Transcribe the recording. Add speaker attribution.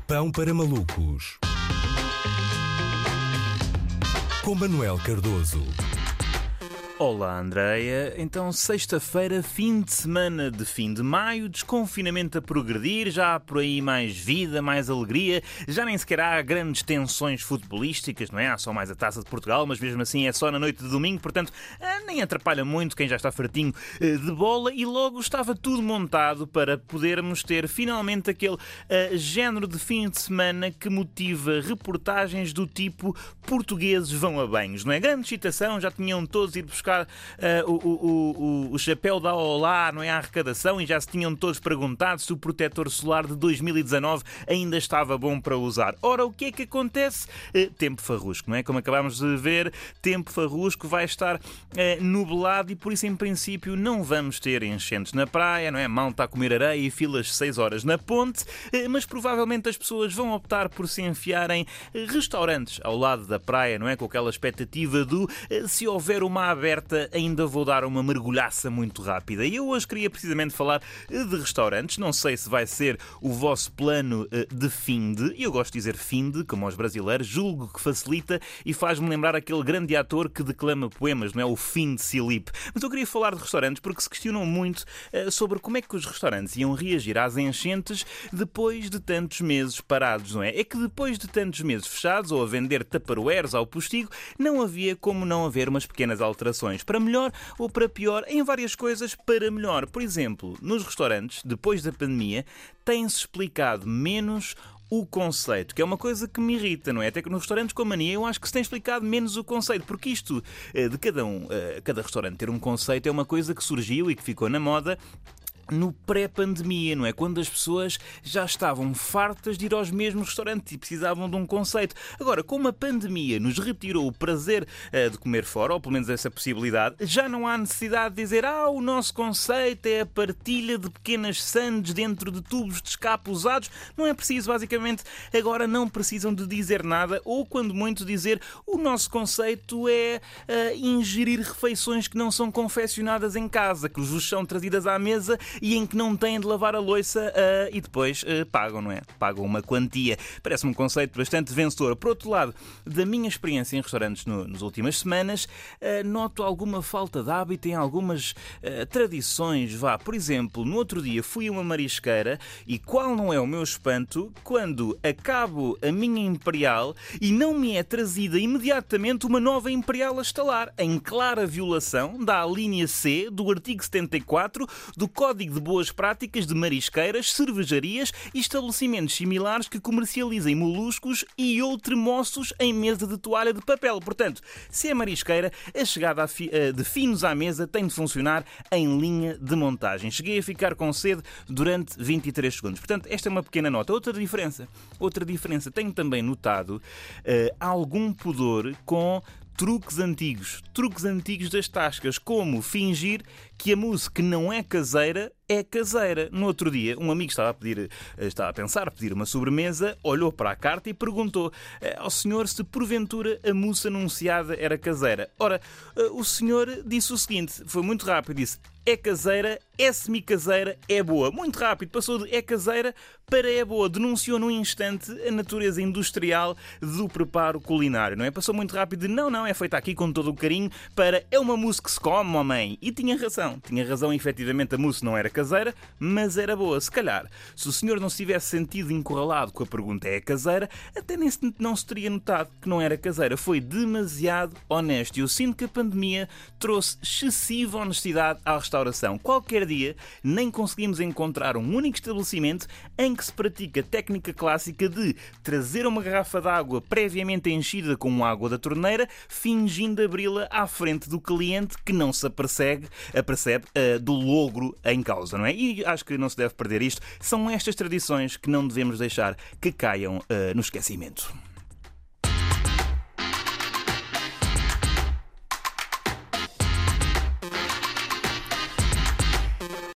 Speaker 1: Pão para Malucos, com Manuel Cardoso.
Speaker 2: Olá, Andreia. Então, sexta-feira, fim de semana de fim de maio, desconfinamento a progredir, já há por aí mais vida, mais alegria, já nem sequer há grandes tensões futebolísticas, não é? Há só mais a Taça de Portugal, mas mesmo assim é só na noite de domingo, portanto, nem atrapalha muito quem já está fartinho de bola e logo estava tudo montado para podermos ter finalmente aquele género de fim de semana que motiva reportagens do tipo portugueses vão a banhos, não é? Grande excitação, já tinham todos ido buscar o chapéu da Olá, não é, à arrecadação, e já se tinham todos perguntado se o protetor solar de 2019 ainda estava bom para usar. Ora, o que é que acontece? Tempo farrusco, não é? Como acabámos de ver, tempo farrusco, vai estar nublado e por isso, em princípio, não vamos ter enchentes na praia, não é? Malta a comer areia e filas 6 horas na ponte, mas provavelmente as pessoas vão optar por se enfiar em restaurantes ao lado da praia, não é? Com aquela expectativa do se houver uma aberta, ainda vou dar uma mergulhaça muito rápida. E eu hoje queria precisamente falar de restaurantes. Não sei se vai ser o vosso plano de finde. Eu gosto de dizer finde, como aos brasileiros. Julgo que facilita e faz-me lembrar aquele grande ator que declama poemas, não é? O Finde Silip. Mas eu queria falar de restaurantes porque se questionam muito sobre como é que os restaurantes iam reagir às enchentes depois de tantos meses parados, não é? É que depois de tantos meses fechados ou a vender tupperwares ao postigo, não havia como não haver umas pequenas alterações. Para melhor ou para pior, em várias coisas para melhor. Por exemplo, nos restaurantes, depois da pandemia, tem-se explicado menos o conceito, que é uma coisa que me irrita, não é? Até que nos restaurantes com a mania eu acho que se tem explicado menos o conceito, porque isto de cada restaurante ter um conceito é uma coisa que surgiu e que ficou na moda no pré-pandemia, não é? Quando as pessoas já estavam fartas de ir aos mesmos restaurantes e precisavam de um conceito. Agora, como a pandemia nos retirou o prazer de comer fora, ou pelo menos essa possibilidade, já não há necessidade de dizer o nosso conceito é a partilha de pequenas sandes dentro de tubos de escape usados. Não é preciso, basicamente, agora não precisam de dizer nada, ou quando muito dizer o nosso conceito é ingerir refeições que não são confeccionadas em casa, que vos são trazidas à mesa e em que não têm de lavar a louça e depois pagam, não é? Pagam uma quantia. Parece-me um conceito bastante vencedor. Por outro lado, da minha experiência em restaurantes nas últimas semanas, noto alguma falta de hábito em algumas tradições. Por exemplo, no outro dia fui a uma marisqueira e qual não é o meu espanto quando acabo a minha Imperial e não me é trazida imediatamente uma nova Imperial a estalar, em clara violação da alínea C do artigo 74 do Código de Boas Práticas de Marisqueiras, Cervejarias e estabelecimentos similares que comercializem moluscos e outremoços em mesa de toalha de papel. Portanto, se é marisqueira, a chegada de finos à mesa tem de funcionar em linha de montagem. Cheguei a ficar com sede durante 23 segundos. Portanto, esta é uma pequena nota. Outra diferença, tenho também notado algum pudor com truques antigos das tascas, como fingir que a mousse que não é caseira é caseira. No outro dia, um amigo estava a pensar pedir uma sobremesa, olhou para a carta e perguntou ao senhor se porventura a mousse anunciada era caseira. Ora, o senhor disse o seguinte, foi muito rápido, disse: é caseira, é semi-caseira, é boa. Muito rápido, passou de é caseira para é boa. Denunciou num instante a natureza industrial do preparo culinário, não é? Passou muito rápido de não, é feita aqui com todo o carinho para é uma mousse que se come, mamãe. E tinha razão, efetivamente a mousse não era caseira, mas era boa. Se calhar, se o senhor não se tivesse sentido encurralado com a pergunta é caseira, até não se teria notado que não era caseira. Foi demasiado honesto e eu sinto que a pandemia trouxe excessiva honestidade à restauração. Qualquer dia nem conseguimos encontrar um único estabelecimento em que se pratica a técnica clássica de trazer uma garrafa de água previamente enchida com água da torneira, fingindo abri-la à frente do cliente que não se apercebe do logro em causa, não é? E acho que não se deve perder isto. São estas tradições que não devemos deixar que caiam no esquecimento.